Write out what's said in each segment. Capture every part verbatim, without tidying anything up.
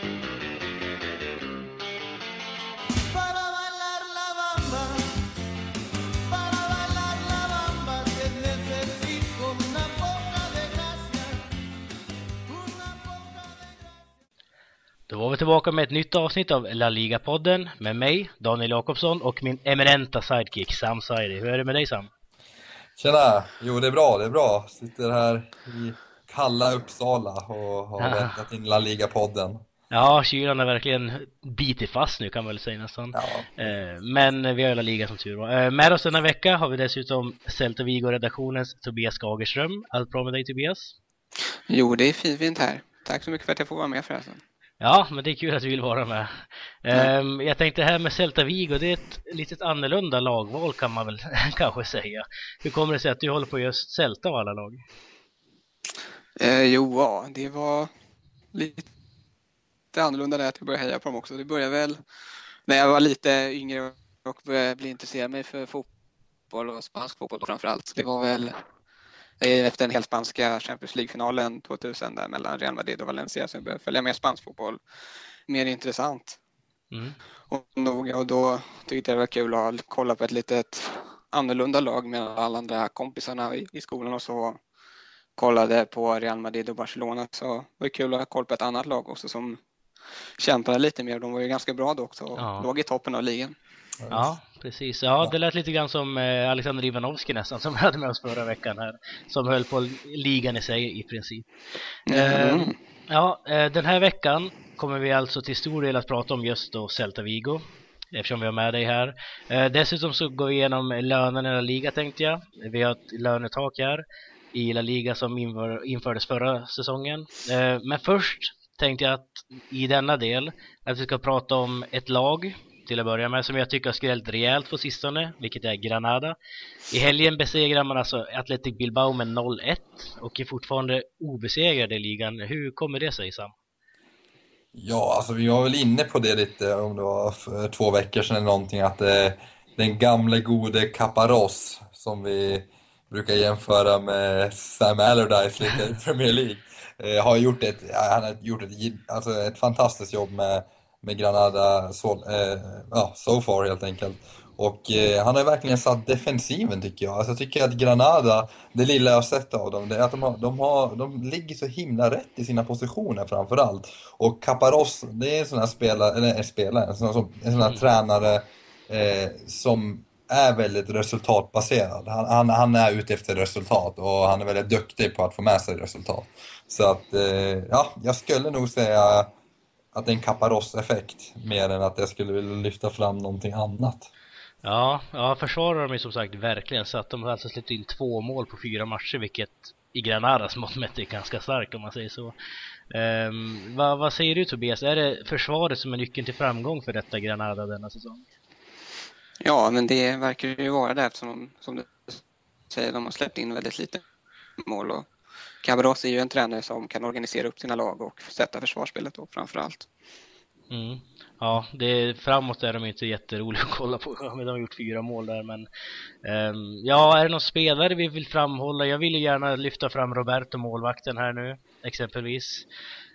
Då var vi tillbaka med ett nytt avsnitt av La Liga-podden med mig, Daniel Jakobsson, och min eminenta sidekick Sam Saidi. Hur är det med dig, Sam? Tjena! Jo, det är bra, det är bra. Sitter här i kalla Uppsala och har väntat in La Liga-podden. Ja, kylan är verkligen bitit fast nu, kan man väl säga nästan. Ja. Men vi har La Liga som tur var. Med oss denna vecka har vi dessutom Celta Vigo-redaktionens Tobias Skagerström. Allt bra med dig, Tobias? Jo, det är fint här. Tack så mycket för att jag får vara med förresten. Ja, men det är kul att du vill vara med. Mm. Jag tänkte här med Celta Vigo, det är ett litet annorlunda lagval kan man väl kanske säga. Hur kommer det sig att du håller på just Celta av alla lag? Eh, jo, ja, det var lite annorlunda där att jag började heja på dem också. Det började väl när jag var lite yngre och började bli intresserad mig för fotboll och spansk fotboll framförallt. Det var väl efter den helt spanska Champions League-finalen tvåtusen där mellan Real Madrid och Valencia, så jag började följa med spansk fotboll mer intressant. Mm. Och, nog, och då tyckte jag det var kul att kolla på ett litet annorlunda lag med alla andra kompisarna i, i skolan, och så kollade på Real Madrid och Barcelona, så var det kul att ha koll på ett annat lag också som kämpade lite mer. De var ju ganska bra då också och Ja. låg i toppen av ligan. Ja, precis. Ja, det lät lite grann som eh, Alexander Ivanovski nästan, som vi hade med oss förra veckan här, som höll på ligan i sig i princip. Mm. Eh, ja, eh, den här veckan kommer vi alltså till stor del att prata om just då Celta Vigo, eftersom vi har med dig här. Eh, dessutom så går vi igenom lönerna i La Liga, tänkte jag. Vi har ett lönetak här i La Liga som inför, infördes förra säsongen. Eh, men först tänkte jag att i denna del att vi ska prata om ett lag till att börja med som jag tycker har skrällt rejält på sistone, vilket är Granada. I helgen besegrar man alltså Athletic Bilbao med noll ett och är fortfarande obesegrade i ligan. Hur kommer det sig, Sam? Ja, alltså vi var väl inne på det lite, om det var för två veckor sedan eller någonting, att eh, den gamla gode Caparros, som vi brukar jämföra med Sam Allardyce lite i Premier League, eh, har gjort ett, ja, han har gjort ett, alltså ett fantastiskt jobb med, med Granada så, eh, ja, so far helt enkelt. Och eh, han har verkligen satt defensiven, tycker jag. Alltså jag tycker att Granada, det lilla jag har sett av dem, det är att de, har, de, har, de ligger så himla rätt i sina positioner framförallt. Och Caparros, det är en sån här spelare, eller en spelare, en sån här, en sån här mm. tränare eh, som är väldigt resultatbaserad. Han, han, han är ute efter resultat och han är väldigt duktig på att få med sig resultat. Så att, eh, ja, jag skulle nog säga att det är en Caparros-effekt mer än att jag skulle vilja lyfta fram någonting annat. Ja, ja, försvarar de ju som sagt verkligen, så att de har alltså släppt in två mål på fyra matcher, vilket i Granadas mått mätt är ganska starkt, om man säger så. Um, vad, vad säger du, Tobias? Är det försvaret som är nyckeln till framgång för detta Granada denna säsong? Ja, men det verkar ju vara det, eftersom de, som du säger, de har släppt in väldigt lite mål. Och Caparros är ju en tränare som kan organisera upp sina lag och sätta försvarsspelet då framförallt. Mm. Ja, det, framåt är de inte jätteroliga att kolla på. De har gjort fyra mål där, men um, ja, är det någon spelare vi vill framhålla? Jag vill ju gärna lyfta fram Roberto, målvakten här nu, exempelvis.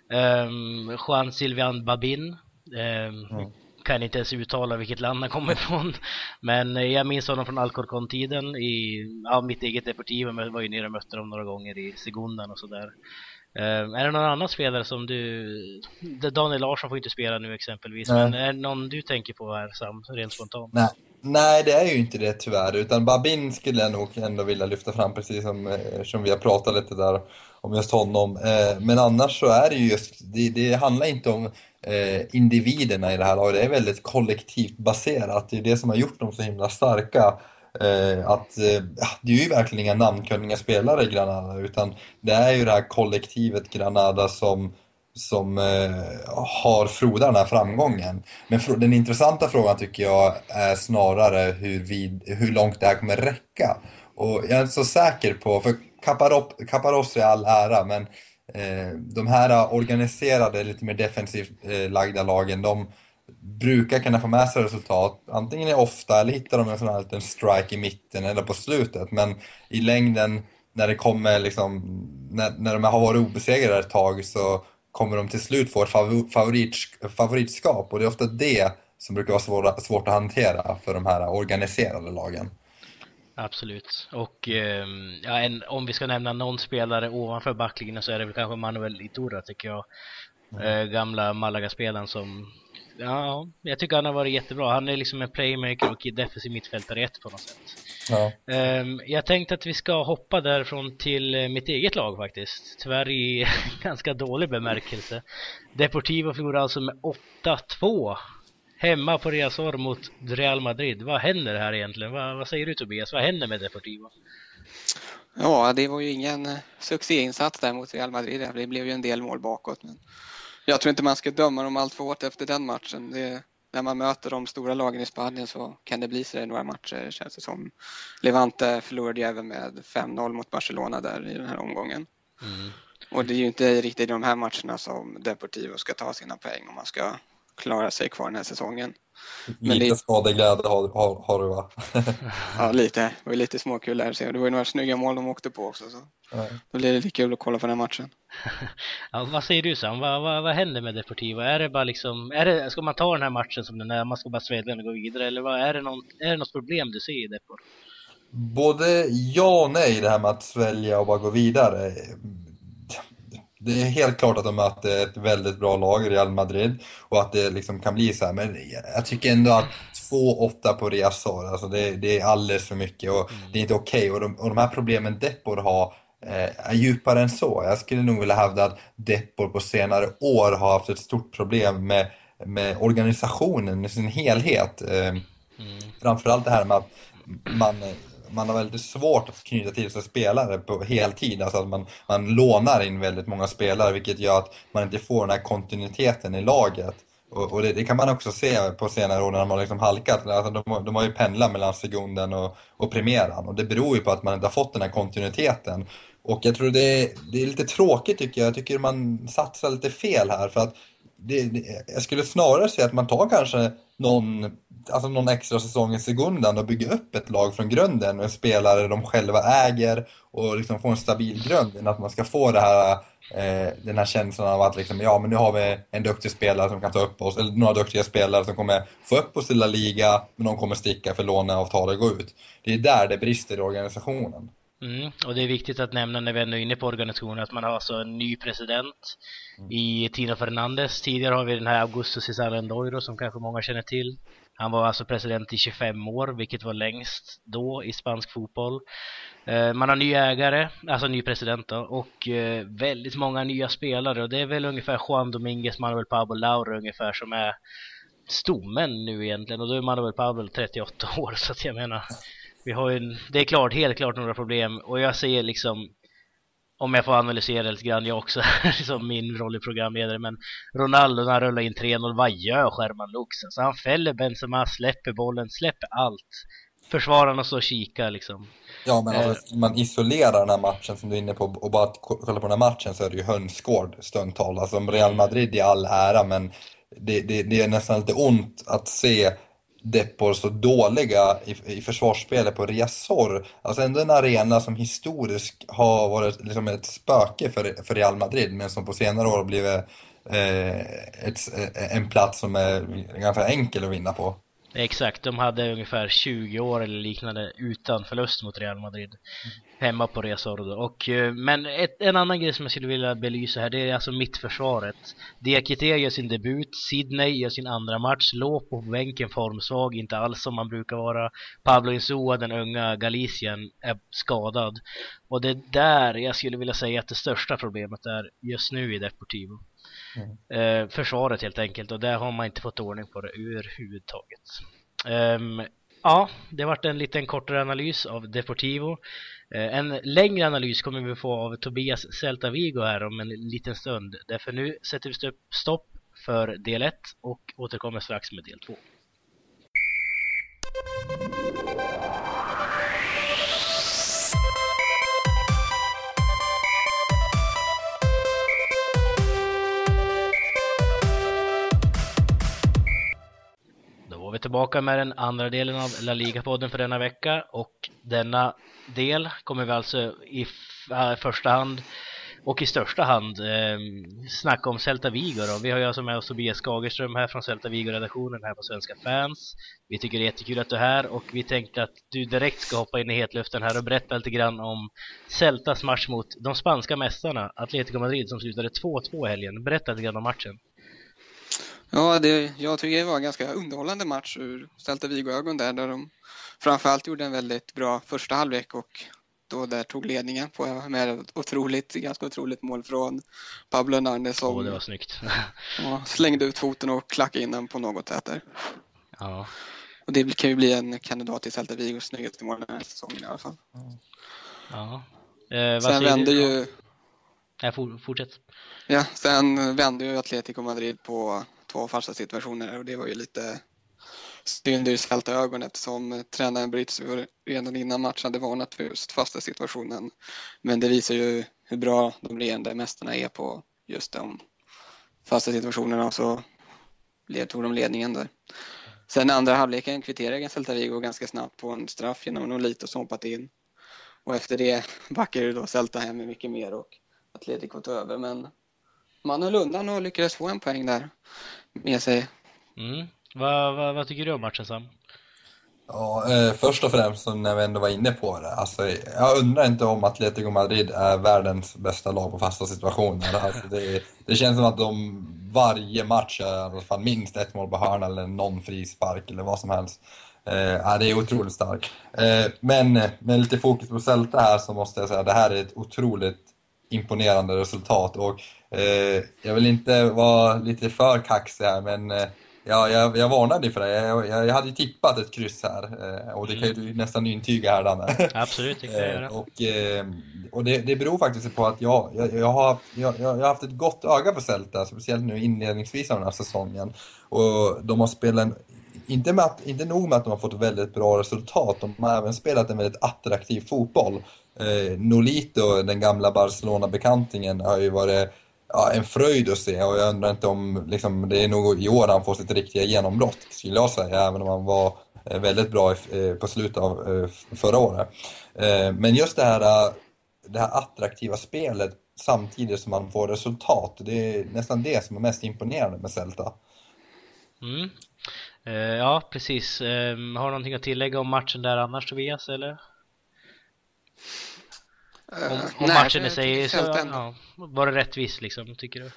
Um, Juan Silvian Babin. Um, mm. Kan inte ens uttala vilket land han kommer ifrån, men jag minns honom från Alcorcon-tiden i ja, mitt eget Deportivo, men jag var ju nere och mötte dem några gånger i Segundan och sådär. Uh, är det någon annan spelare som du... Daniel Larsson får inte spela nu exempelvis, Nej. men är det någon du tänker på här, Sam, rent spontant? Nej. Nej, det är ju inte det tyvärr, utan Babin skulle jag nog ändå vilja lyfta fram, precis som, som vi har pratat lite där om just honom. Eh, men annars så är det ju just, det, det handlar inte om eh, individerna i det här laget, det är väldigt kollektivt baserat. Det är det som har gjort dem så himla starka. Eh, att eh, det är ju verkligen inga namnkunniga spelare i Granada, utan det är ju det här kollektivet Granada som som eh, har frodat den här framgången. Men fr- den intressanta frågan tycker jag är snarare hur, vid, hur långt det här kommer räcka. Och jag är inte så säker på, för Caparop, Caparros är all ära, men eh, de här organiserade, lite mer defensivt eh, lagda lagen, de brukar kunna få med sig resultat. Antingen är ofta, eller hittar de en sån här liten strike i mitten eller på slutet. Men i längden, när det kommer liksom, när, när de har varit obesegrade ett tag, så kommer de till slut få ett favorit, favoritskap, och det är ofta det som brukar vara svårt, svårt att hantera för de här organiserade lagen. Absolut. Och eh, ja, en, om vi ska nämna någon spelare ovanför backlinjen så är det väl kanske Manuel Iturra, tycker jag. Mm. Eh, gamla Malaga-spelaren som, ja, jag tycker han har varit jättebra. Han är liksom en playmaker och defensiv mittfältare ett på något sätt. Ja. Eh, jag tänkte att vi ska hoppa därifrån till mitt eget lag faktiskt. Tyvärr i ganska dålig bemärkelse. Deportivo förlorade alltså med åtta två. Hemma på Riazor mot Real Madrid. Vad händer här egentligen? Vad, vad säger du, Tobias? Vad händer med Deportivo? Ja, det var ju ingen succéinsats där mot Real Madrid. Det blev ju en del mål bakåt. Men jag tror inte man ska döma dem allt för hårt efter den matchen. Det, när man möter de stora lagen i Spanien så kan det bli så i några matcher. Känns det som. Levante förlorade ju även med fem noll mot Barcelona där i den här omgången. Mm. Och det är ju inte riktigt i de här matcherna som Deportivo ska ta sina poäng om man ska klara sig kvar den här säsongen. Men lite det... skadeglädje har, har, har du, va? Ja, lite. Det var ju lite småkul där. Det var ju några snygga mål de åkte på också. Så. Ja. Då blir det lite kul att kolla på den här matchen. Ja, vad säger du, Sam? Vad, vad, vad händer med Deportivo? Är det bara liksom, är det, ska man ta den här matchen som den är? Man ska bara svälja och gå vidare? Eller vad, är, det någon, är det något problem du ser i Depor? Både ja och nej, det här med att svälja och bara gå vidare. Det är helt klart att de möter ett väldigt bra lag i Real Madrid och att det liksom kan bli så här. Men jag tycker ändå att två åtta på Riazor, alltså det, det är alldeles för mycket och mm. det är inte okej. Okay. Och, de, och de här problemen Depor har eh, är djupare än så. Jag skulle nog vilja hävda att Depor på senare år har haft ett stort problem med, med organisationen i sin helhet. Eh, mm. Framförallt det här med att man... man har väldigt svårt att knyta till sig spelare på heltid. Alltså att man, man lånar in väldigt många spelare, vilket gör att man inte får den här kontinuiteten i laget. Och, och det, det kan man också se på senare år när de har liksom halkat. Alltså de, de har ju pendlat mellan sekunden och, och premiäran. Och det beror ju på att man inte har fått den här kontinuiteten. Och jag tror det är, det är lite tråkigt, tycker jag. Jag tycker man satsar lite fel här. För att det, det, jag skulle snarare säga att man tar kanske någon, alltså någon extra säsong i sekundan och bygger upp ett lag från grunden med spelare de själva äger och liksom få en stabil grund, än att man ska få det här, eh, den här känslan av att liksom, ja, men nu har vi en duktig spelare som kan ta upp oss, eller några duktiga spelare som kommer få upp oss i La Liga, men de kommer sticka för låneavtalet och gå ut. Det är där det brister i organisationen. Mm, och det är viktigt att nämna när vi är inne på organisationen att man har alltså en ny president mm. i Tino Fernandes. Tidigare har vi den här Augusto César Endoiro som kanske många känner till. Han var alltså president i tjugofem år, vilket var längst då i spansk fotboll. Eh, man har ny ägare, alltså ny president då, och eh, väldigt många nya spelare. Och det är väl ungefär Juan Dominguez, Manuel Pablo Laura ungefär som är stommen nu egentligen. Och då är Manuel Pablo trettioåtta år, så att jag menar... Vi har en, det är klart, helt klart några problem. Och jag säger liksom, om jag får analysera lite grann, jag också som min roll i programledare, men Ronaldo när han rullar in tre noll, vad gör German Lux? Alltså han fäller Benzema, släpper bollen, släpper allt. Försvararna så kika liksom. Ja, men alltså, man isolerar den här matchen som du är inne på och bara kolla på den här matchen, så är det ju hönsgård stundtal. Alltså Real Madrid i all ära, men det, det, det är nästan lite ont att se Depor så dåliga i, i försvarsspelet på Riazor. Alltså ändå en arena som historiskt har varit liksom ett spöke för, för Real Madrid, men som på senare år har blivit eh, ett, en plats som är ganska enkel att vinna på. Exakt, de hade ungefär tjugo år eller liknande utan förlust mot Real Madrid hemma på Riazor. Och men ett, en annan grej som jag skulle vilja belysa här, det är alltså mittförsvaret. Diakité gör sin debut, Sidney gör sin andra match, låg på bänken formsvag, inte alls som man brukar vara. Pablo Insua, den unga Galicien, är skadad. Och det är där jag skulle vilja säga att det största problemet är just nu i Deportivo. Mm. Eh, försvaret helt enkelt, och där har man inte fått ordning på det överhuvudtaget. Um, ja, det varit en liten kortare analys av Deportivo. eh, En längre analys kommer vi få av Tobias Celta Vigo här om en liten stund. Därför nu sätter vi stopp för del ett och återkommer strax med del två. Vi är tillbaka med den andra delen av La Liga-podden för denna vecka, och denna del kommer vi alltså i f- första hand Och i största hand eh, snacka om Celta Vigo då. Vi har ju alltså med oss Tobias Skagerström här från Celta Vigo-redaktionen här på Svenska Fans. Vi tycker det är jättekul att du är här och vi tänkte att du direkt ska hoppa in i hetluften här och berätta lite grann om Celtas match mot de spanska mästarna Atlético Madrid som slutade två två i helgen. Berätta lite grann om matchen. Ja, det, jag tycker det var en ganska underhållande match ur Celta Vigo-ögon där, där de framförallt gjorde en väldigt bra första halvlek och då där tog ledningen på med ett otroligt, ganska otroligt mål från Pablo Hernández som Åh, det var snyggt. ja, slängde ut foten och klackade in den på något sätt där. Ja. Och det kan ju bli en kandidat till Celta Vigos snyggaste mål den här säsongen i alla fall. Ja. Eh, vad Sen vände du? ju... Ja, for, fortsätt. Ja, sen vände ju Atlético Madrid på två fasta situationer och det var ju lite synd ur Celta ögon eftersom tränaren Brits redan innan matchen hade varnat för just fasta situationen. Men det visar ju hur bra de regerande mästarna är på just de fasta situationerna och så tog de ledningen där. Sen andra halvleken kvitterade Celta Vigo ganska snabbt på en straff genom Nolito som hoppat in. Och efter det backade då Celta hem med mycket mer och Atletico tog över. Men man höll undan och lyckades få en poäng där med sig. Mm. Vad, vad, vad tycker du om matchen, Sam? Ja, eh, först och främst så när vi ändå var inne på det. Alltså, jag undrar inte om Atletico Madrid är världens bästa lag på fasta situationer. Alltså, det, det känns som att de varje match är i alla fall minst ett mål på hörna eller någon frispark eller vad som helst. Eh, ja, det är otroligt starkt. Eh, men med lite fokus på Celta här så måste jag säga att det här är ett otroligt imponerande resultat. Och eh, jag vill inte vara lite för kaxig här, men eh, ja, jag, jag varnade för det. Jag, jag, jag hade ju tippat ett kryss här. Eh, och det kan ju du nästan intyga här, Danne. Absolut, det kan jag göra. Eh, och eh, och det, det beror faktiskt på att jag, jag, jag, har, jag, jag har haft ett gott öga på Celta, speciellt nu inledningsvis av den här säsongen. Och de har spelat en, inte, med att, inte nog med att de har fått väldigt bra resultat, de har även spelat en väldigt attraktiv fotboll. Eh, Nolito, den gamla Barcelona-bekantingen, har ju varit ja, en fröjd att se, och jag undrar inte om liksom, det är nog i år han får sitt riktiga genombrott, skulle jag säga, även om han var eh, väldigt bra eh, på slutet av eh, förra året. Eh, men just det här, eh, det här attraktiva spelet samtidigt som man får resultat, det är nästan det som är mest imponerande med Celta. Mm. Uh, ja, precis. Uh, har du någonting att tillägga om matchen där annars, Tobias, eller? Om, om Nej, matchen i sig så, ja, var det rättvis liksom, tycker du?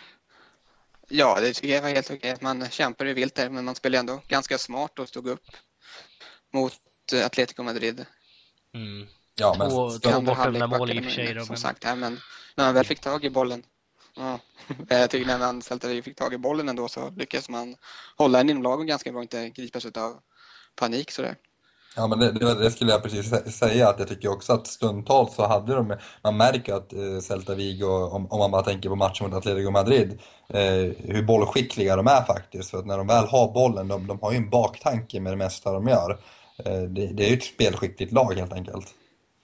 Ja, det tycker jag var helt okej. Man kämpade ju vilt där, men man spelade ändå ganska smart och stod upp mot Atletico Madrid. Mm. Ja, men två, två bortdömda mål i och för sig. Som sagt här, men när man väl fick tag i bollen, ja, jag tycker när man Celta Vigo fick tag i bollen ändå så lyckades man hålla den inom lagen ganska bra och inte gripas av panik sådär. Ja, men det, det, det skulle jag precis säga, att jag tycker också att stundtals så hade de, man märker att eh, Celta Vigo, om, om man bara tänker på matchen mot Atletico Madrid, eh, hur bollskickliga de är faktiskt. För att när de väl har bollen, de, de har ju en baktanke med det mesta de gör. Eh, det, det är ju ett spelskickligt lag helt enkelt.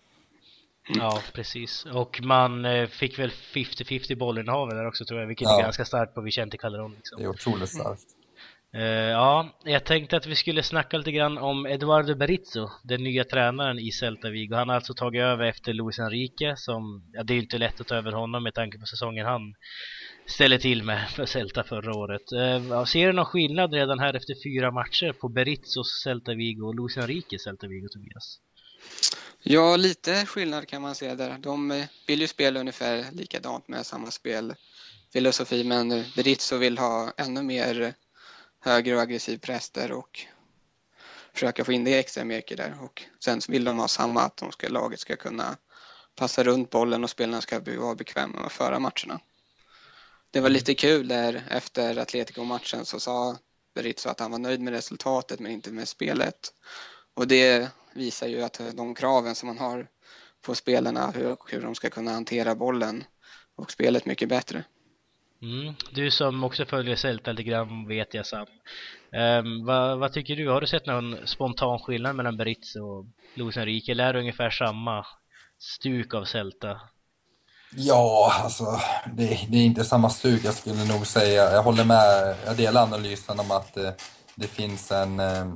Ja, precis. Och man eh, fick väl femtio femtio bollinnehav där också, tror jag, vilket Ja. är ganska starkt på Vicente Calderón liksom. Det är otroligt starkt. Uh, ja, jag tänkte att vi skulle snacka lite grann om Eduardo Berizzo, den nya tränaren i Celta Vigo. Han har alltså tagit över efter Luis Enrique, som, ja, det är ju inte lätt att ta över honom med tanke på säsongen han ställer till med för Celta förra året. Uh, ser du någon skillnad redan här efter fyra matcher på Berizzos Celta Vigo och Luis Enriques Celta Vigo, Tobias? Ja, lite skillnad kan man säga där. De vill ju spela ungefär likadant med samma spelfilosofi, men Berizzo vill ha ännu mer högre och aggressiv press där och försöka få in det extra mycket där. Och sen vill de ha samma, att de ska, laget ska kunna passa runt bollen och spelarna ska vara bekväma med att föra matcherna. Det var lite kul där efter Atletico-matchen, så sa Berizzo att han var nöjd med resultatet men inte med spelet. Och det visar ju att de kraven som man har på spelarna, hur, hur de ska kunna hantera bollen och spelet mycket bättre. Mm. Du som också följer Celta lite grann, vet jag, Sam. Um, vad, vad tycker du? Har du sett någon spontan skillnad mellan Berizzo och Luis Enrique? Eller är det ungefär samma stuk av Celta? Ja, alltså det, det är inte samma stuk, jag skulle nog säga. Jag håller med, jag delar analysen om att det, det finns en,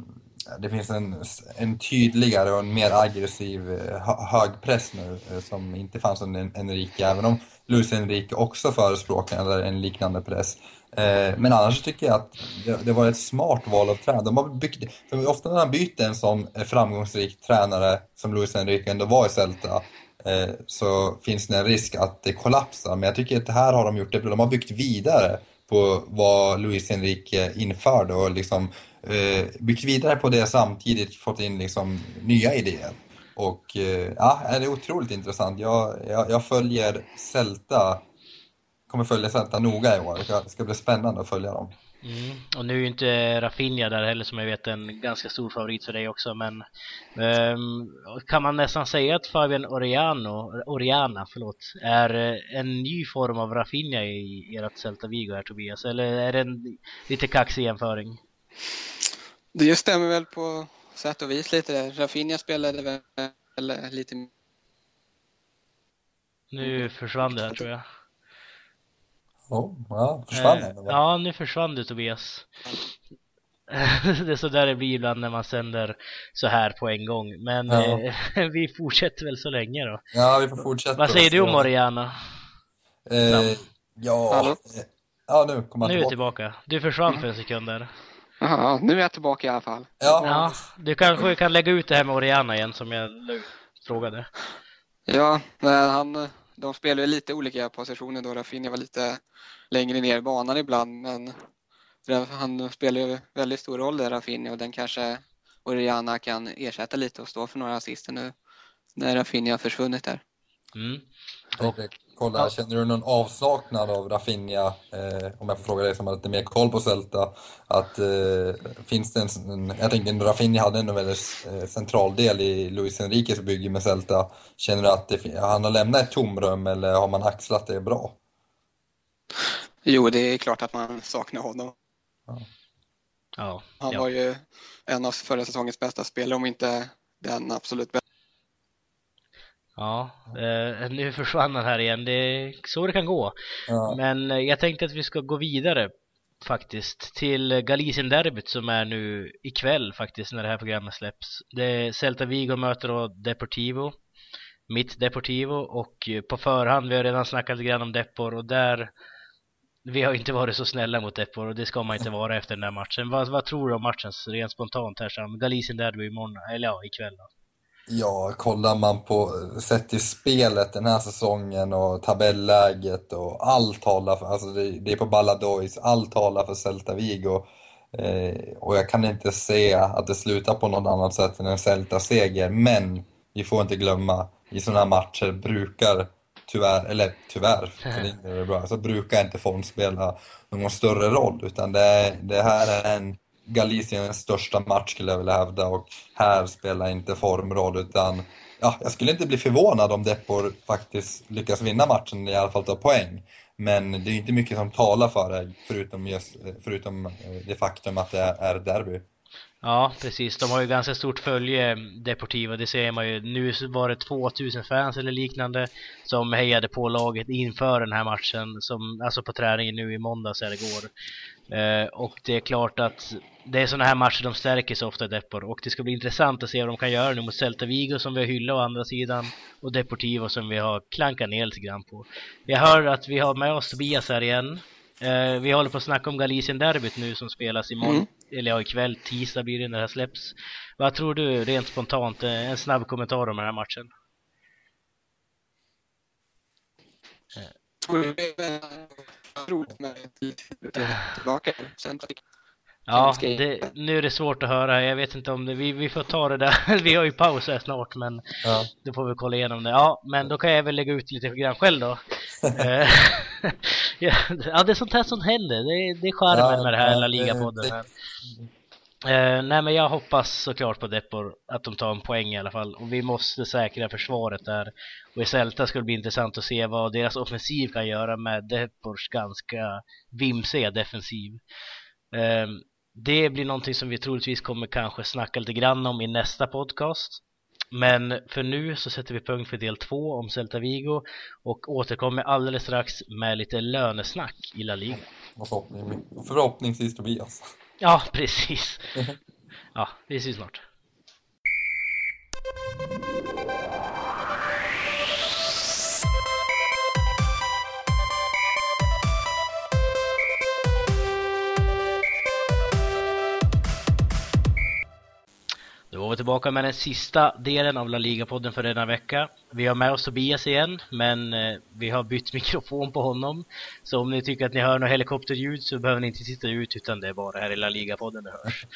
det finns en, en tydligare och en mer aggressiv hö- högpress nu eh, som inte fanns under Enrique, även om Luis Enrique också förespråkar en liknande press. Eh, Men annars tycker jag att det, det var ett smart val av tränare. De har byggt, för ofta när man byter en sån eh, framgångsrik tränare som Luis Enrique ändå var i Celta, eh, så finns det en risk att det kollapsar. Men jag tycker att det här har de gjort det bra. De har byggt vidare på vad Luis Enrique införde och liksom eh, byggt vidare på det, samtidigt fått in liksom nya idéer. Och eh, ja, det är otroligt intressant. Jag, jag, jag följer Celta, kommer följa Celta noga i år. Det ska, det ska bli spännande att följa dem. Mm. Och nu är ju inte Rafinha där heller, som jag vet en ganska stor favorit för dig också, men ehm, kan man nästan säga att Fabian Oriano, Oriana förlåt, är eh, en ny form av Rafinha i ert Celta Vigo här, Tobias? Eller är det en lite kaxig jämföring? Det stämmer väl på sätt och vis lite där. Rafinha spelade väl lite... Nu försvann det här, tror jag. Oh, ja, försvann Eh, det, va? ja, nu försvann du, Tobias. Det är så där det blir ibland när man sänder så här på en gång. Men Ja. eh, vi fortsätter väl så länge då. Ja, vi får fortsätta. Vad säger du om Så- Oriana? Eh, ja, Hallå? eh, ja, nu kommer Nu han är jag tillbaka. tillbaka. Du försvann för en sekund där. Jaha, nu är jag tillbaka i alla fall. Ja, Ja, du kanske kan lägga ut det här med Oriana igen som jag nu frågade. Ja, men han, de spelar ju lite olika positioner då. Rafinha var lite längre ner i banan ibland, men han spelar ju väldigt stor roll där, Rafinha, och den kanske Oriana kan ersätta lite och stå för några assister nu när Rafinha har försvunnit där. Mm. jag tänkte kolla, Ja. känner du någon avsaknad av Rafinha, eh, om jag får fråga dig som har lite mer koll på Celta, att eh, finns det en, en, jag tänker Rafinha hade en väldigt eh, central del i Luis Enriques bygge med Celta. Känner du att det, fin- han har lämnat ett tomrum, eller har man axlat det bra? Jo, det är klart att man saknar honom. Ja, Han ja. var ju en av förra säsongens bästa spelare, om inte den absolut bästa. Ja, eh, nu försvann han här igen. Det är så det kan gå. Ja. Men eh, jag tänkte att vi ska gå vidare faktiskt till Galicien-derbyt som är nu ikväll faktiskt när det här programmet släpps. Det är Celta Vigo möter då Deportivo, mitt Deportivo, och eh, på förhand, vi har redan snackat lite grann om Depor, och där vi har inte varit så snälla mot Depor, och det ska man inte vara efter den här matchen. Vad, vad tror du om matchen rent spontant här, Sam? Galicien-derby imorgon, eller ja, ikväll då? Ja, kollar man på sett till spelet den här säsongen och tabelläget och allt talar för, alltså det, det är på Balladois, allt talar för Celta Vigo. Eh, och jag kan inte se att det slutar på något annat sätt än en Celta-seger, men vi får inte glömma, i sådana här matcher brukar tyvärr, eller tyvärr, för det är det bra, så brukar inte form spela någon större roll, utan det, det här är en Galiciens största match skulle jag vilja hävda, och här spelar inte formroll, utan ja, jag skulle inte bli förvånad om Depor faktiskt lyckas vinna matchen, i alla fall ta poäng, men det är inte mycket som talar för det, förutom, just, förutom det faktum att det är derby. Ja, precis. De har ju ganska stort följe, Deportivo. Det ser man ju. Nu var det tvåtusen fans eller liknande som hejade på laget inför den här matchen, som, alltså på träningen nu i måndags eller igår. Eh, och det är klart att det är såna här matcher de stärker sig ofta, Depor. Och det ska bli intressant att se vad de kan göra nu mot Celta Vigo som vi har hyllat å andra sidan, och Deportivo som vi har klankat ner lite grann på. Jag hör att vi har med oss Tobias här igen. Eh, vi håller på att snacka om Galicien-derbyt nu som spelas imorgon. Mm. Eller ja, ikväll, tisdag blir det när det här släpps. Vad tror du rent spontant? Eh, En snabb kommentar om den här matchen. Tror du det är roligt med lite tillbaka? Sen Ja, det, nu är det svårt att höra. Jag vet inte om det, vi, vi får ta det där. Vi har ju paus här snart, men Ja. då får vi kolla igenom det. Ja, men då kan jag väl lägga ut lite program själv då. Eh, ja, det är sånt här som händer. Det, är- det är charmen Ja, med det här ja, La det- Liga-podden det- här. Eh, nej, men jag hoppas såklart på Depor att de tar en poäng i alla fall. Och vi måste säkra försvaret där. Och i Celta skulle det bli intressant att se vad deras offensiv kan göra med Depors ganska vimsiga defensiv. Eh, det blir någonting som vi troligtvis kommer kanske snacka lite grann om i nästa podcast. Men för nu så sätter vi punkt för del två om Celta Vigo och återkommer alldeles strax med lite lönesnack i La Liga. Och förhoppning- förhoppningsvis Tobias. Ja, precis. ja, vi ses snart. Då var vi tillbaka med den sista delen av La Liga-podden för denna vecka. Vi har med oss Tobias igen, men eh, vi har bytt mikrofon på honom. Så om ni tycker att ni hör något helikopterljud så behöver ni inte sitta ut, utan det är bara här i La Liga-podden det hörs.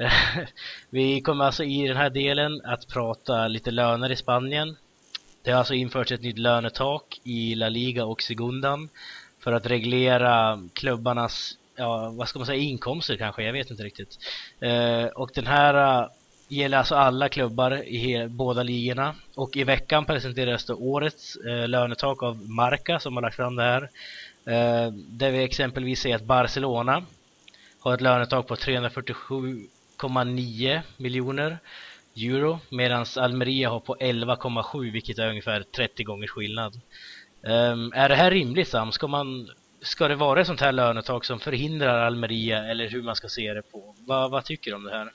Vi kommer alltså i den här delen att prata lite löner i Spanien. Det har alltså införts ett nytt lönetak i La Liga och Segundan för att reglera klubbarnas, ja, vad ska man säga, inkomster kanske, jag vet inte riktigt. Eh, och den här gäller alltså alla klubbar i he- båda ligorna. Och i veckan presenterades det årets eh, lönetak av Marca som har lagt fram det här. Eh, där vi exempelvis ser att Barcelona har ett lönetak på trehundrafyrtiosju komma nio miljoner euro, medan Almeria har på elva komma sju, vilket är ungefär trettio gångers skillnad. Eh, är det här rimligt, Sam? Ska man... Ska det vara ett sånt här lönetak som förhindrar Almeria, eller hur man ska se det på? Va, vad tycker du om det här?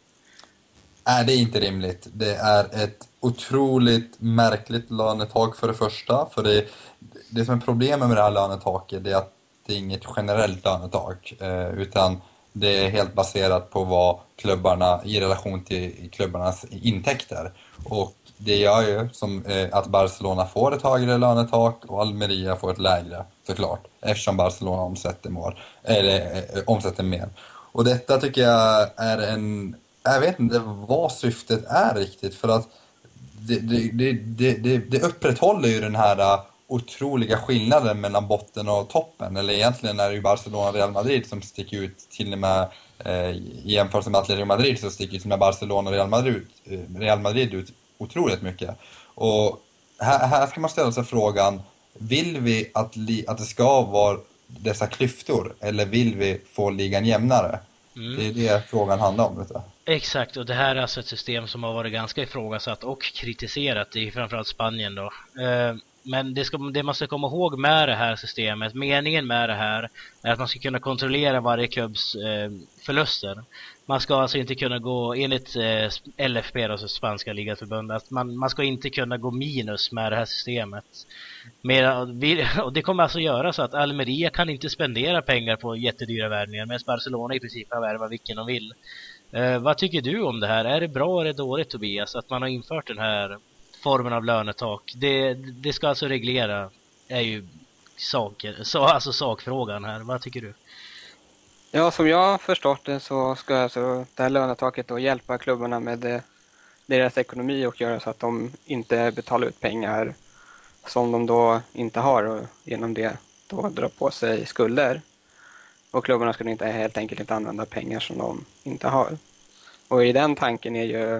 Nej, det är inte rimligt. Det är ett otroligt märkligt lönetak för det första. För det, det som är problemet med det här lönetaket, det är att det är inget generellt lönetak. Eh, utan det är helt baserat på vad klubbarna, i relation till klubbarnas intäkter. Och det gör ju som eh, att Barcelona får ett högre lönetak och Almeria får ett lägre, såklart. Eftersom Barcelona omsätter, mål, eller, eh, omsätter mer. Och detta tycker jag är en... Jag vet inte vad syftet är riktigt, för att det, det, det, det, det upprätthåller ju den här otroliga skillnaden mellan botten och toppen. Eller egentligen är det ju Barcelona och Real Madrid som sticker ut, till och med eh, i jämförelse med Atletico Madrid så sticker till och med Barcelona och Real Madrid, Real Madrid ut otroligt mycket. Och här, här ska man ställa sig frågan, vill vi att, li, att det ska vara dessa klyftor, eller vill vi få ligan jämnare? Mm. Det är det frågan handlar om, vet du. Exakt, och det här är alltså ett system som har varit ganska ifrågasatt och kritiserat i framförallt Spanien då. Men det, ska, det man ska komma ihåg med det här systemet, meningen med det här är att man ska kunna kontrollera varje klubbs förluster. Man ska alltså inte kunna gå, enligt L F P, alltså spanska ligaförbundet, man, man ska inte kunna gå minus med det här systemet. Mer, och det kommer alltså göra så att Almeria kan inte spendera pengar på jättedyra värvningar, medan Barcelona i princip kan värva vilken de vill. Eh, vad tycker du om det här? Är det bra eller dåligt, Tobias, att man har infört den här formen av lönetak? Det, det ska alltså reglera, är ju saker, så, alltså sakfrågan här. Vad tycker du? Ja, som jag har förstått det så ska alltså det här lönetaket då hjälpa klubbarna med det, deras ekonomi och göra så att de inte betalar ut pengar som de då inte har och genom det då dra på sig skulder. Och klubbarna skulle inte helt enkelt inte använda pengar som de inte har. Och i den tanken är ju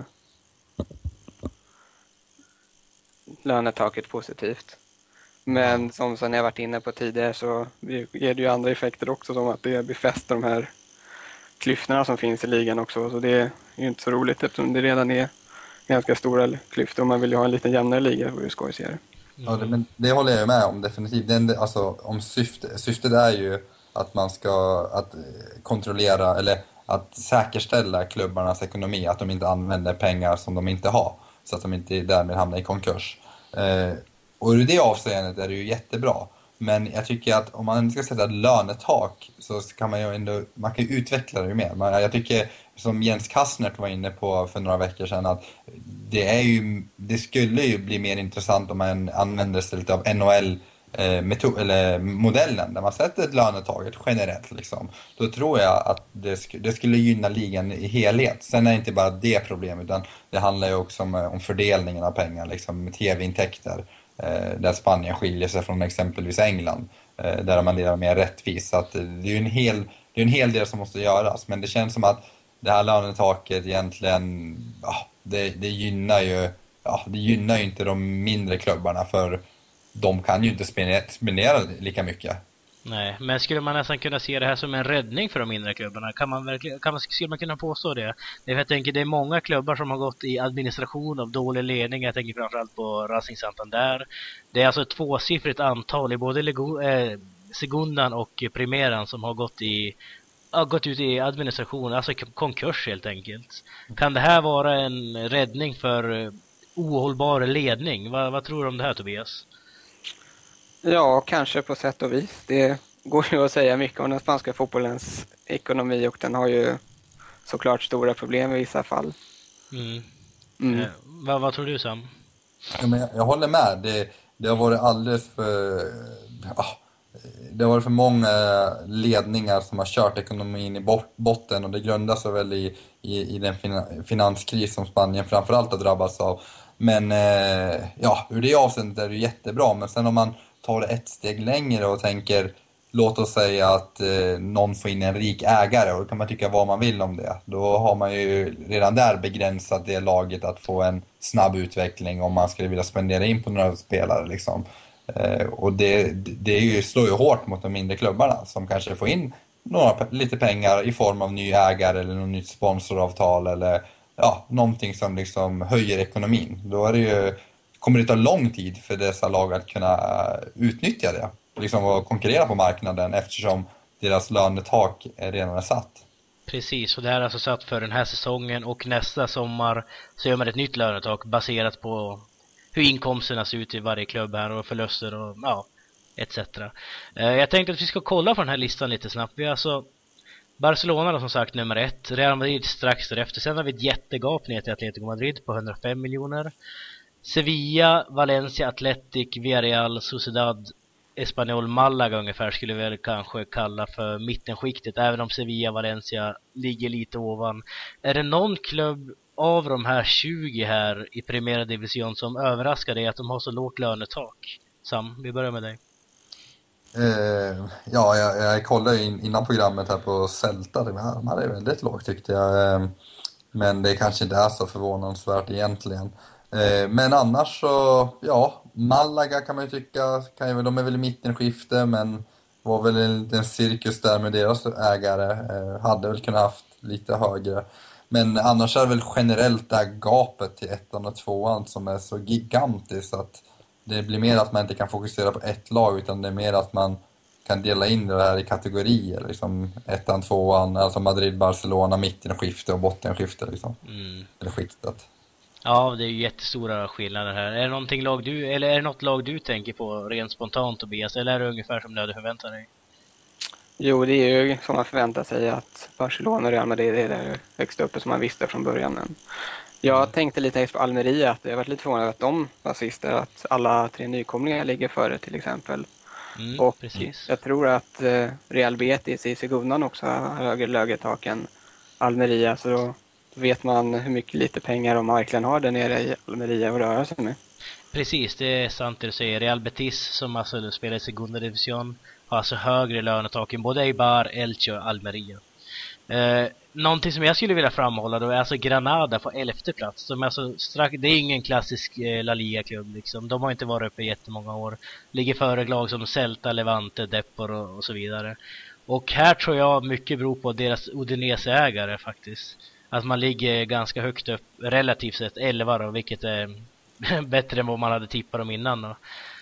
lönetaket positivt. Men som sen jag varit inne på tidigare så ger det ju andra effekter också, som att det befäster de här klyftorna som finns i ligan också. Så det är ju inte så roligt eftersom det redan är ganska stora klyftor och man vill ju ha en lite jämnare liga för hur skoj ser det. Ja, det, men det håller jag med om definitivt. Den, alltså, om syfte, syftet är ju att man ska att kontrollera eller att säkerställa klubbarnas ekonomi, att de inte använder pengar som de inte har, så att de inte därmed hamnar i konkurs. Eh, och i det avseendet är det ju jättebra. Men jag tycker att om man ska sätta ett lönetak så kan man ju ändå, man kan ju utveckla det mer. Man, jag tycker, som Jens Kastnert var inne på för några veckor sedan, att det är ju, det skulle ju bli mer intressant om man använder sig lite av N H L eh, metod, eller modellen där man sätter ett lönetaget generellt liksom. Då tror jag att det, sk- det skulle gynna ligan i helhet. Sen är det inte bara det problem, utan det handlar ju också om, om fördelningen av pengar, liksom tv-intäkter. Där Spanien skiljer sig från exempelvis England, där man delar mer rättvist. Så att det är ju en hel, det är en hel del som måste göras. Men det känns som att det här lönetaket egentligen, ja, det, det gynnar ju ja, det gynnar ju inte de mindre klubbarna, för de kan ju inte spendera, spendera lika mycket. Nej, men skulle man nästan kunna se det här som en räddning för de mindre klubbarna? Kan man verkligen, kan man, skulle man kunna påstå det? Det är för jag tänker, det är många klubbar som har gått i administration av dålig ledning. Jag tänker framförallt på Racing Santander. Det är alltså ett tvåsiffrigt antal i både Lego, eh, Segundan och Primeran som har gått i har gått ut i administration, alltså konkurs helt enkelt. Kan det här vara en räddning för ohållbar ledning? Vad, vad tror du om det här, Tobias? Ja, kanske på sätt och vis. Det går ju att säga mycket om den spanska fotbollens ekonomi och den har ju såklart stora problem i vissa fall. Mm. Mm. Eh, vad, vad tror du, Sam? Ja, men jag, jag håller med. Det, det har varit alldeles för... Ja, det har varit för många ledningar som har kört ekonomin i bot, botten och det grundar sig väl i, i, i den fin, finanskris som Spanien framförallt har drabbats av. Men eh, ja, ur det avseendet är det jättebra. Men sen om man tar det ett steg längre och tänker, låt oss säga att eh, någon får in en rik ägare, och då kan man tycka vad man vill om det. Då har man ju redan där begränsat det laget att få en snabb utveckling om man skulle vilja spendera in på några spelare liksom. Eh, och det, det är ju, slår ju hårt mot de mindre klubbarna som kanske får in några, lite pengar i form av ny ägare eller något nytt sponsoravtal eller ja, någonting som liksom höjer ekonomin. Då är det ju, kommer det ta lång tid för dessa lag att kunna utnyttja det liksom, och konkurrera på marknaden eftersom deras lönetak är redan är satt. Precis, och det här är alltså satt för den här säsongen, och nästa sommar så gör man ett nytt lönetak baserat på hur inkomsterna ser ut i varje klubb här och förluster och ja, et cetera. Jag tänkte att vi ska kolla på den här listan lite snabbt. Vi har alltså Barcelona då, som sagt, nummer ett. Real Madrid strax därefter. Sen har vi ett jättegap ner till Atletico Madrid på hundrafem miljoner. Sevilla, Valencia, Athletic, Villarreal, Sociedad, Espanyol, Malaga ungefär skulle vi väl kanske kalla för mittenskiktet, även om Sevilla, Valencia ligger lite ovan. Är det någon klubb av de här tjugo här i Primera Division som överraskar dig att de har så lågt lönetak? Sam, vi börjar med dig. Eh, ja, jag, jag kollade in, innan programmet här på Celta. De hade väldigt lågt tyckte jag. Eh, men det kanske inte är så förvånansvärt egentligen. Eh, men annars så, ja, Malaga kan man ju tycka, kan ju, de är väl i mittenskifte, men var väl en liten cirkus där med deras ägare. Eh, hade väl kunnat haft lite högre. Men annars är det väl generellt det här gapet till ettan och tvåan som är så gigantiskt att det blir mer att man inte kan fokusera på ett lag, utan det är mer att man kan dela in det här i kategorier. Liksom ettan, tvåan, alltså Madrid, Barcelona, mittenskifte och bottenskifte liksom. Mm. Eller skiktet. Ja, det är ju jättestora skillnader här. Är det någonting lag du, eller är det något lag du tänker på rent spontant, Tobias? Eller är det ungefär som du hade förväntat dig? Jo, det är ju som man förväntar sig att Barcelona och Real Madrid är där högst uppe som man visste från början. Men jag mm. tänkte lite på Almeria, att jag varit lite förvånad att de var sist, att alla tre nykomlingar ligger före till exempel. Mm, och precis. Jag tror att Real Betis i Segunden också har högre lönetak än Almeria, så då vet man hur mycket lite pengar de verkligen har där nere i Almeria att röra sig med. Precis, det är sant det du säger. Real Betis, som alltså spelar i Segunda Division, har alltså högre lönetak än både Eibar, Elche och Almeria. Eh, någonting som jag skulle vilja framhålla då är alltså Granada på elfte plats. De är alltså strax, det är ingen klassisk eh, La Liga-klubb liksom. De har inte varit uppe i jättemånga år. Ligger före lag som Celta, Levante, Depor och, och så vidare. Och här tror jag mycket beror på deras Udinese-ägare faktiskt. Att man ligger ganska högt upp, relativt sett elva då, vilket är bättre än vad man hade tippat om innan då.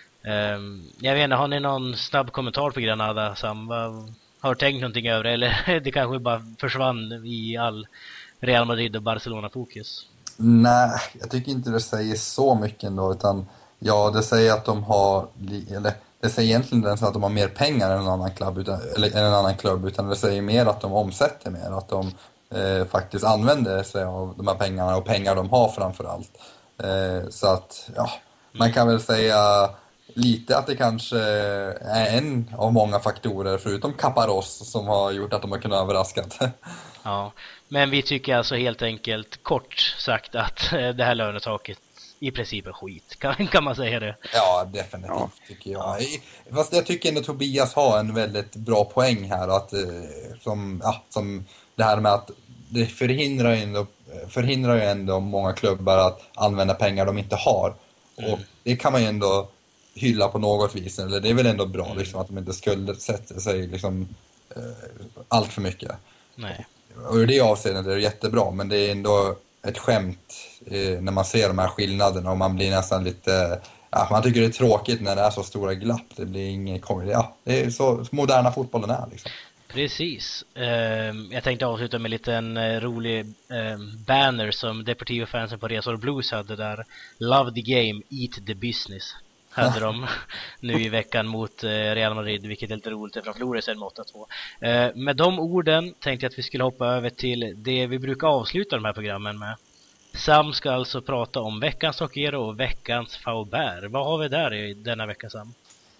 Um, jag vet inte, har ni någon snabb kommentar på Granada, Sam? Har du tänkt någonting över det? Eller det kanske bara försvann i all Real Madrid och Barcelona-fokus? Nej, jag tycker inte det säger så mycket ändå, utan ja, det säger att de har, eller det säger egentligen inte att de har mer pengar än en annan klubb, utan, eller en annan klubb, utan det säger mer att de omsätter mer, att de eh, faktiskt använder sig av de här pengarna och pengar de har framförallt. Eh, så att, ja, man kan väl säga lite att det kanske är en av många faktorer förutom Caparros som har gjort att de har kunnat överraska. Ja, men vi tycker alltså helt enkelt kort sagt att det här lönetaket i princip är skit. Kan, kan man säga det? Ja, definitivt ja. tycker jag. Fast jag tycker ändå Tobias har en väldigt bra poäng här. Att, som, ja, som det här med att det förhindrar ju ändå, förhindrar ju ändå många klubbar att använda pengar de inte har. Mm. Och det kan man ju ändå hylla på något vis. Eller det är väl ändå bra mm. liksom, att de inte skuldsätter sig liksom, eh, allt för mycket. Nej. Och i det avseendet är det jättebra, men det är ändå ett skämt eh, när man ser de här skillnaderna och man blir nästan lite, ja, man tycker det är tråkigt när det är så stora glapp. Det blir ingen, ja, det är så moderna fotbollen är liksom. Precis. Ehm, jag tänkte avsluta med en liten eh, rolig ehm, banner som Deportivo-fansen på Resor Blues hade där. Love the game, eat the business. Hade de nu i veckan mot eh, Real Madrid, vilket är lite roligt eftersom förlorade sen med åtta två. Eh, med de orden tänkte jag att vi skulle hoppa över till det vi brukar avsluta de här programmen med. Sam ska alltså prata om veckans Toquero och veckans Faubert. Vad har vi där i denna vecka, Sam?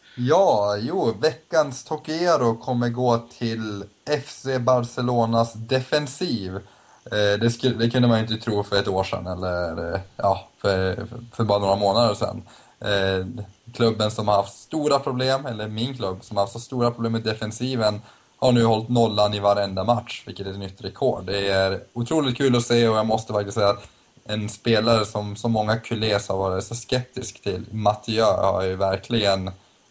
Ja, jo, veckans Toquero kommer gå till F C Barcelonas defensiv. Eh, det, skulle, det kunde man ju inte tro för ett år sedan, eller ja, för, för bara några månader sedan. Eh, klubben som har haft stora problem, eller min klubb som har haft så stora problem med defensiven, har nu hållit nollan i varenda match, vilket är ett nytt rekord. Det är otroligt kul att se, och jag måste faktiskt säga att en spelare som så många kulés har varit så skeptisk till, Mathieu, har ju verkligen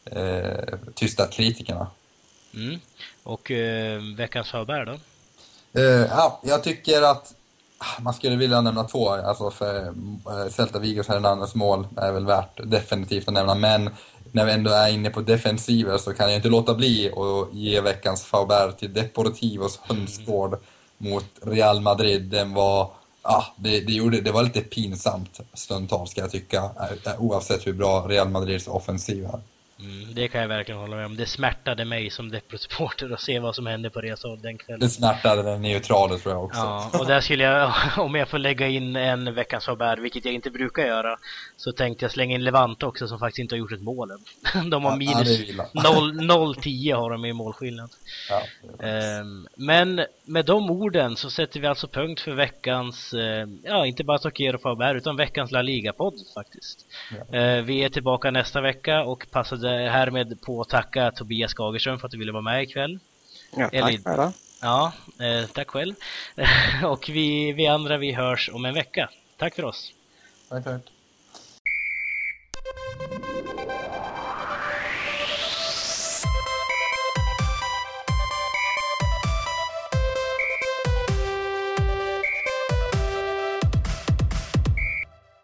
eh, tystat kritikerna. Mm. Och eh, veckans Faubert då? Eh, ja, jag tycker att man skulle vilja nämna två. Alltså för eh, Celta Vigos Hernandez mål är väl värt definitivt att nämna. Men när vi ändå är inne på defensiver så kan jag inte låta bli att ge veckans Faubert till Deportivos hönsgård mot Real Madrid. Den var, ah, det, det, gjorde, det var lite pinsamt stundtals, ska jag tycka, oavsett hur bra Real Madrids offensiv är. Mm, det kan jag verkligen hålla med om. Det smärtade mig som Depro-supporter att se vad som hände på Resor den kvällen. Det smärtade den neutrala, tror jag också. Ja, och där skulle jag, om jag får lägga in en veckans Faubert, vilket jag inte brukar göra, så tänkte jag slänga in Levante också, som faktiskt inte har gjort ett mål än. De har minus noll tio har de i målskillnad. Ja, um, men med de orden så sätter vi alltså punkt för veckans, uh, ja, inte bara Toquero och Faubert, utan veckans La Liga-podd faktiskt. Ja. Uh, vi är tillbaka nästa vecka och passade härmed på att tacka Tobias Skagerström för att du ville vara med ikväll. Ja, tack Eller, Ja, eh, tack själv. Och vi, vi andra, vi hörs om en vecka. Tack för oss. Tack, tack.